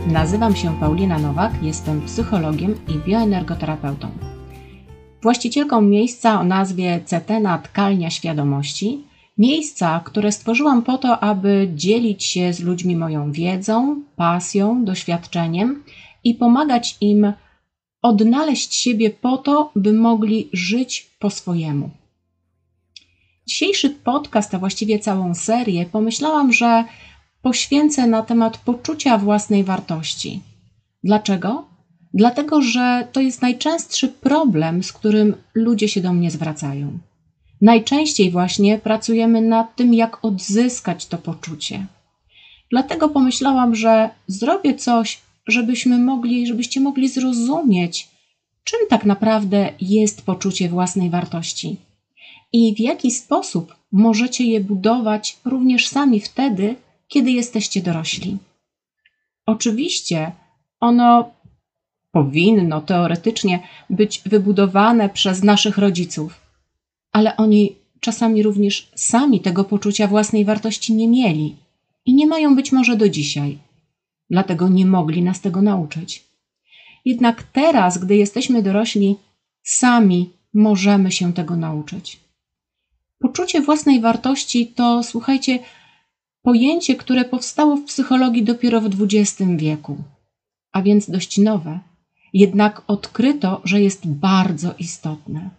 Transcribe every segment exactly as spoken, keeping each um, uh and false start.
Nazywam się Paulina Nowak, jestem psychologiem i bioenergoterapeutą. Właścicielką miejsca o nazwie Cetena Tkalnia Świadomości, miejsca, które stworzyłam po to, aby dzielić się z ludźmi moją wiedzą, pasją, doświadczeniem i pomagać im odnaleźć siebie po to, by mogli żyć po swojemu. Dzisiejszy podcast, a właściwie całą serię, pomyślałam, że poświęcę na temat poczucia własnej wartości. Dlaczego? Dlatego, że to jest najczęstszy problem, z którym ludzie się do mnie zwracają. Najczęściej właśnie pracujemy nad tym, jak odzyskać to poczucie. Dlatego pomyślałam, że zrobię coś, żebyśmy mogli, żebyście mogli zrozumieć, czym tak naprawdę jest poczucie własnej wartości i w jaki sposób możecie je budować również sami wtedy, kiedy jesteście dorośli. Oczywiście ono powinno teoretycznie być wybudowane przez naszych rodziców, ale oni czasami również sami tego poczucia własnej wartości nie mieli i nie mają być może do dzisiaj. Dlatego nie mogli nas tego nauczyć. Jednak teraz, gdy jesteśmy dorośli, sami możemy się tego nauczyć. Poczucie własnej wartości to, słuchajcie, pojęcie, które powstało w psychologii dopiero w dwudziestym wieku, a więc dość nowe. Jednak odkryto, że jest bardzo istotne.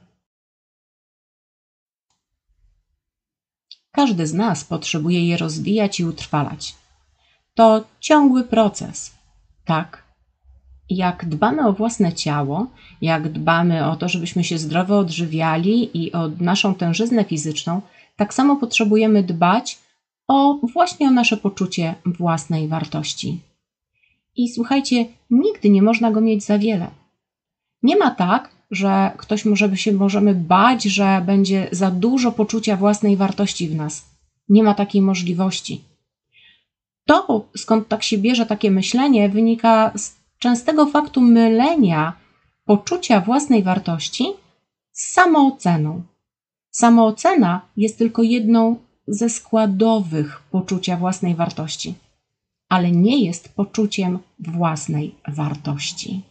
Każdy z nas potrzebuje je rozwijać i utrwalać. To ciągły proces. Tak, jak dbamy o własne ciało, jak dbamy o to, żebyśmy się zdrowo odżywiali i o naszą tężyznę fizyczną, tak samo potrzebujemy dbać o właśnie o nasze poczucie własnej wartości. I słuchajcie, nigdy nie można go mieć za wiele. Nie ma tak, że ktoś może by się możemy bać, że będzie za dużo poczucia własnej wartości w nas. Nie ma takiej możliwości. To, skąd tak się bierze takie myślenie, wynika z częstego faktu mylenia poczucia własnej wartości z samooceną. Samoocena jest tylko jedną ze składowych poczucia własnej wartości, ale nie jest poczuciem własnej wartości.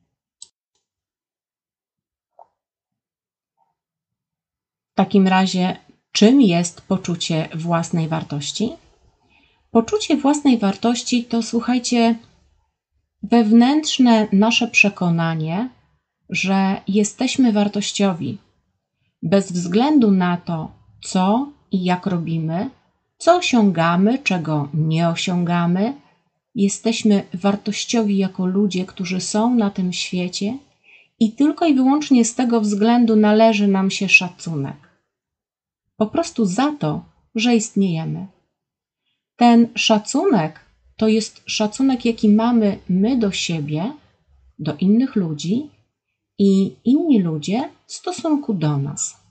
W takim razie, czym jest poczucie własnej wartości? Poczucie własnej wartości to, słuchajcie, wewnętrzne nasze przekonanie, że jesteśmy wartościowi, bez względu na to, co i jak robimy, co osiągamy, czego nie osiągamy. Jesteśmy wartościowi jako ludzie, którzy są na tym świecie i tylko i wyłącznie z tego względu należy nam się szacunek. Po prostu za to, że istniejemy. Ten szacunek to jest szacunek, jaki mamy my do siebie, do innych ludzi i inni ludzie w stosunku do nas.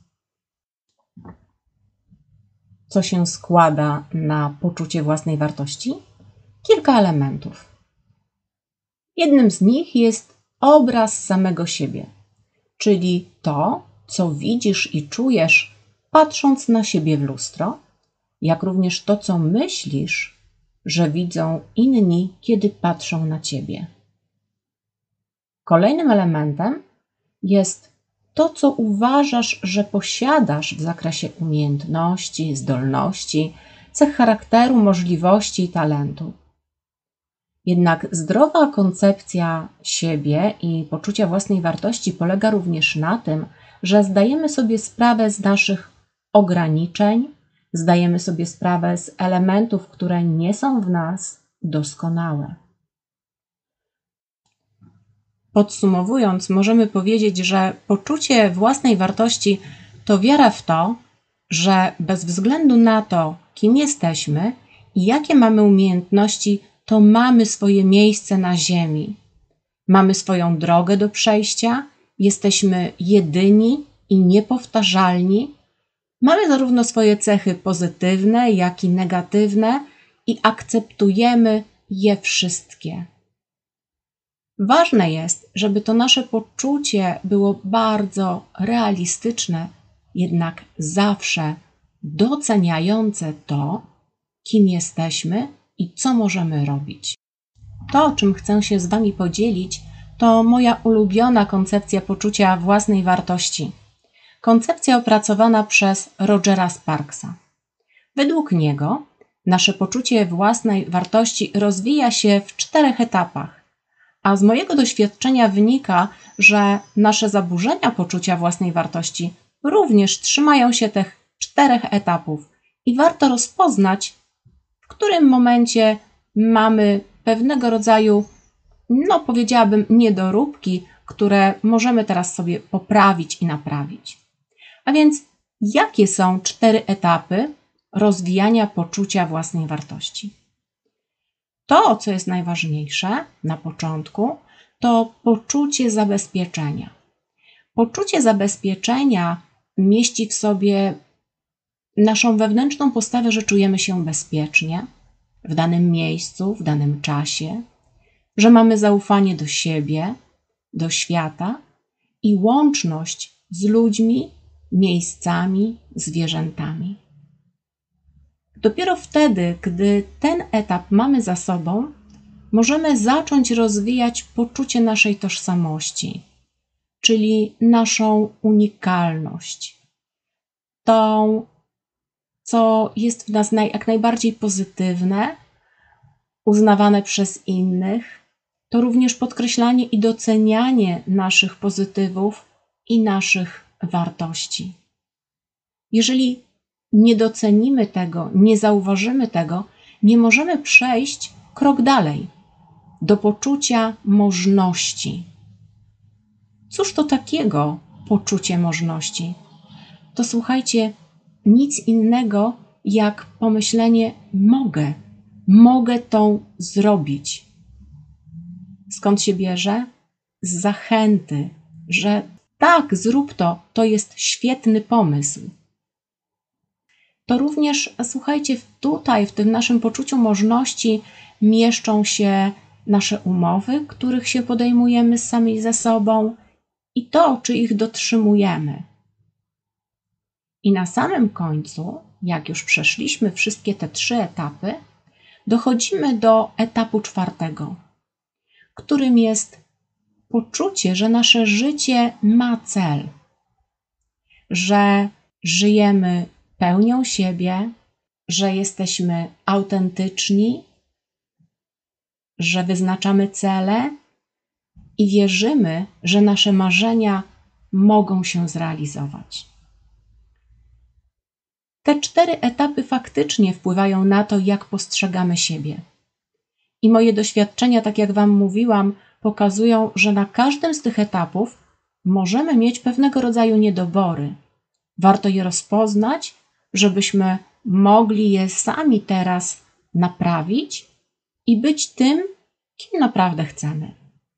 Co się składa na poczucie własnej wartości? Kilka elementów. Jednym z nich jest obraz samego siebie, czyli to, co widzisz i czujesz, patrząc na siebie w lustro, jak również to, co myślisz, że widzą inni, kiedy patrzą na ciebie. Kolejnym elementem jest to, co uważasz, że posiadasz w zakresie umiejętności, zdolności, cech charakteru, możliwości i talentu. Jednak zdrowa koncepcja siebie i poczucia własnej wartości polega również na tym, że zdajemy sobie sprawę z naszych ograniczeń, zdajemy sobie sprawę z elementów, które nie są w nas doskonałe. Podsumowując, możemy powiedzieć, że poczucie własnej wartości to wiara w to, że bez względu na to, kim jesteśmy i jakie mamy umiejętności, to mamy swoje miejsce na ziemi. Mamy swoją drogę do przejścia, jesteśmy jedyni i niepowtarzalni. Mamy zarówno swoje cechy pozytywne, jak i negatywne i akceptujemy je wszystkie. Ważne jest, żeby to nasze poczucie było bardzo realistyczne, jednak zawsze doceniające to, kim jesteśmy i co możemy robić. to, czym chcę się z Wami podzielić, to moja ulubiona koncepcja poczucia własnej wartości. Koncepcja opracowana przez Rogera Sparksa. Według niego nasze poczucie własnej wartości rozwija się w czterech etapach, a z mojego doświadczenia wynika, że nasze zaburzenia poczucia własnej wartości również trzymają się tych czterech etapów i warto rozpoznać, w którym momencie mamy pewnego rodzaju, no powiedziałabym, niedoróbki, które możemy teraz sobie poprawić i naprawić. A więc jakie są cztery etapy rozwijania poczucia własnej wartości? To, co jest najważniejsze na początku, to poczucie zabezpieczenia. Poczucie zabezpieczenia mieści w sobie naszą wewnętrzną postawę, że czujemy się bezpiecznie w danym miejscu, w danym czasie, że mamy zaufanie do siebie, do świata i łączność z ludźmi, miejscami, zwierzętami. Dopiero wtedy, gdy ten etap mamy za sobą, możemy zacząć rozwijać poczucie naszej tożsamości, czyli naszą unikalność. Tą, co jest w nas naj, jak najbardziej pozytywne, uznawane przez innych, to również podkreślanie i docenianie naszych pozytywów i naszych wartości. Jeżeli nie docenimy tego, nie zauważymy tego, nie możemy przejść krok dalej, do poczucia możności. Cóż to takiego poczucie możności? To słuchajcie, nic innego jak pomyślenie mogę, mogę to zrobić. Skąd się bierze? Z zachęty, że tak, zrób to, to jest świetny pomysł. To również, słuchajcie, tutaj w tym naszym poczuciu możności mieszczą się nasze umowy, których się podejmujemy sami ze sobą i to, czy ich dotrzymujemy. I na samym końcu, jak już przeszliśmy wszystkie te trzy etapy, dochodzimy do etapu czwartego, którym jest poczucie, że nasze życie ma cel, że żyjemy pełnią siebie, że jesteśmy autentyczni, że wyznaczamy cele i wierzymy, że nasze marzenia mogą się zrealizować. Te cztery etapy faktycznie wpływają na to, jak postrzegamy siebie. I moje doświadczenia, tak jak Wam mówiłam, pokazują, że na każdym z tych etapów możemy mieć pewnego rodzaju niedobory. Warto je rozpoznać, żebyśmy mogli je sami teraz naprawić i być tym, kim naprawdę chcemy.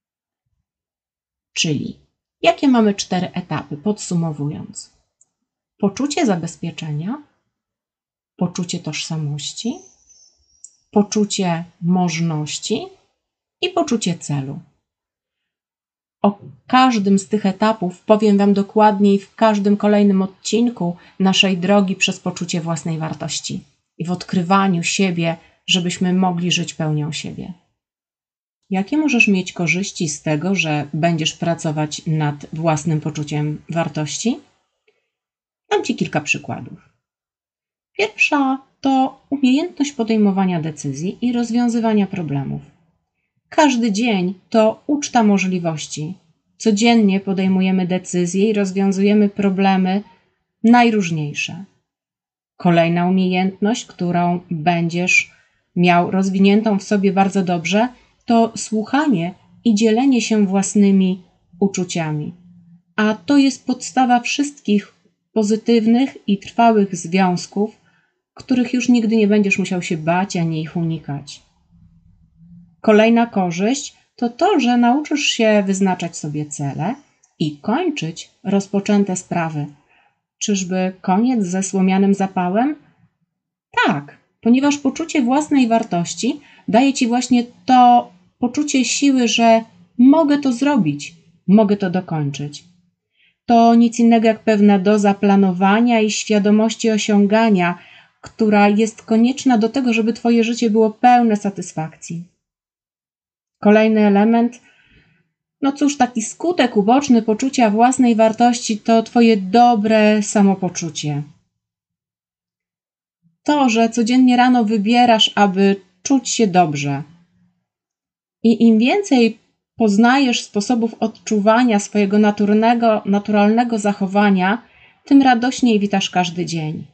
Czyli, jakie mamy cztery etapy, podsumowując? Poczucie zabezpieczenia, poczucie tożsamości, poczucie możności i poczucie celu. O każdym z tych etapów powiem Wam dokładniej w każdym kolejnym odcinku naszej drogi przez poczucie własnej wartości i w odkrywaniu siebie, żebyśmy mogli żyć pełnią siebie. Jakie możesz mieć korzyści z tego, że będziesz pracować nad własnym poczuciem wartości? Dam Ci kilka przykładów. Pierwsza to umiejętność podejmowania decyzji i rozwiązywania problemów. Każdy dzień to uczta możliwości. Codziennie podejmujemy decyzje i rozwiązujemy problemy najróżniejsze. Kolejna umiejętność, którą będziesz miał rozwiniętą w sobie bardzo dobrze, to słuchanie i dzielenie się własnymi uczuciami. A to jest podstawa wszystkich pozytywnych i trwałych związków, których już nigdy nie będziesz musiał się bać ani ich unikać. Kolejna korzyść to to, że nauczysz się wyznaczać sobie cele i kończyć rozpoczęte sprawy. Czyżby koniec ze słomianym zapałem? Tak, ponieważ poczucie własnej wartości daje Ci właśnie to poczucie siły, że mogę to zrobić, mogę to dokończyć. To nic innego jak pewna doza planowania i świadomości osiągania, która jest konieczna do tego, żeby Twoje życie było pełne satysfakcji. Kolejny element, no cóż, taki skutek uboczny poczucia własnej wartości to Twoje dobre samopoczucie. To, że codziennie rano wybierasz, aby czuć się dobrze. I im więcej poznajesz sposobów odczuwania swojego naturalnego, naturalnego zachowania, tym radośniej witasz każdy dzień.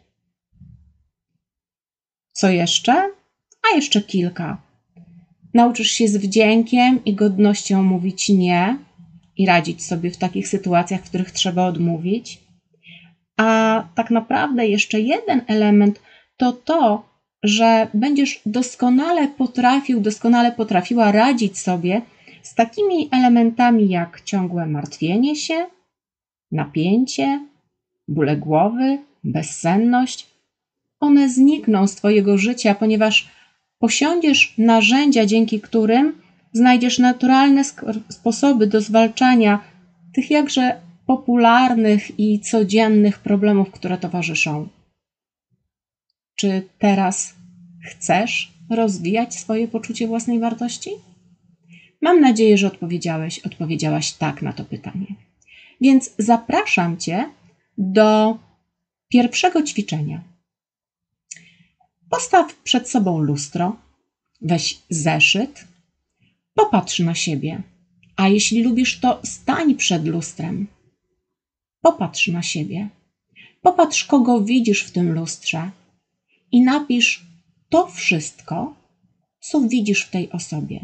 Co jeszcze? A jeszcze kilka. Nauczysz się z wdziękiem i godnością mówić nie i radzić sobie w takich sytuacjach, w których trzeba odmówić. A tak naprawdę jeszcze jeden element to to, że będziesz doskonale potrafił, doskonale potrafiła radzić sobie z takimi elementami jak ciągłe martwienie się, napięcie, bóle głowy, bezsenność. One znikną z Twojego życia, ponieważ posiądziesz narzędzia, dzięki którym znajdziesz naturalne sposoby do zwalczania tych jakże popularnych i codziennych problemów, które towarzyszą. Czy teraz chcesz rozwijać swoje poczucie własnej wartości? Mam nadzieję, że odpowiedziałeś, odpowiedziałaś tak na to pytanie. Więc zapraszam Cię do pierwszego ćwiczenia. Postaw przed sobą lustro, weź zeszyt, popatrz na siebie, a jeśli lubisz, to stań przed lustrem. Popatrz na siebie, popatrz, kogo widzisz w tym lustrze i napisz to wszystko, co widzisz w tej osobie.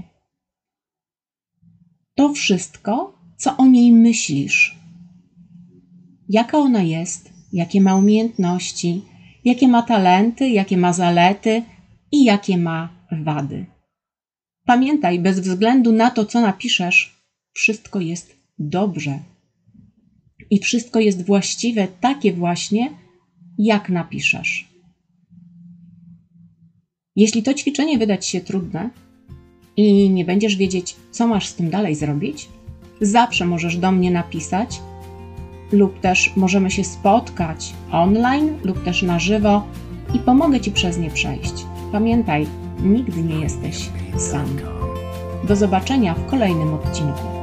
To wszystko, co o niej myślisz. Jaka ona jest, jakie ma umiejętności, jakie ma talenty, jakie ma zalety i jakie ma wady. Pamiętaj, bez względu na to, co napiszesz, wszystko jest dobrze. I wszystko jest właściwe, takie właśnie, jak napiszesz. Jeśli to ćwiczenie wyda Ci się trudne i nie będziesz wiedzieć, co masz z tym dalej zrobić, zawsze możesz do mnie napisać lub też możemy się spotkać online lub też na żywo i pomogę Ci przez nie przejść. Pamiętaj, nigdy nie jesteś sam. Do zobaczenia w kolejnym odcinku.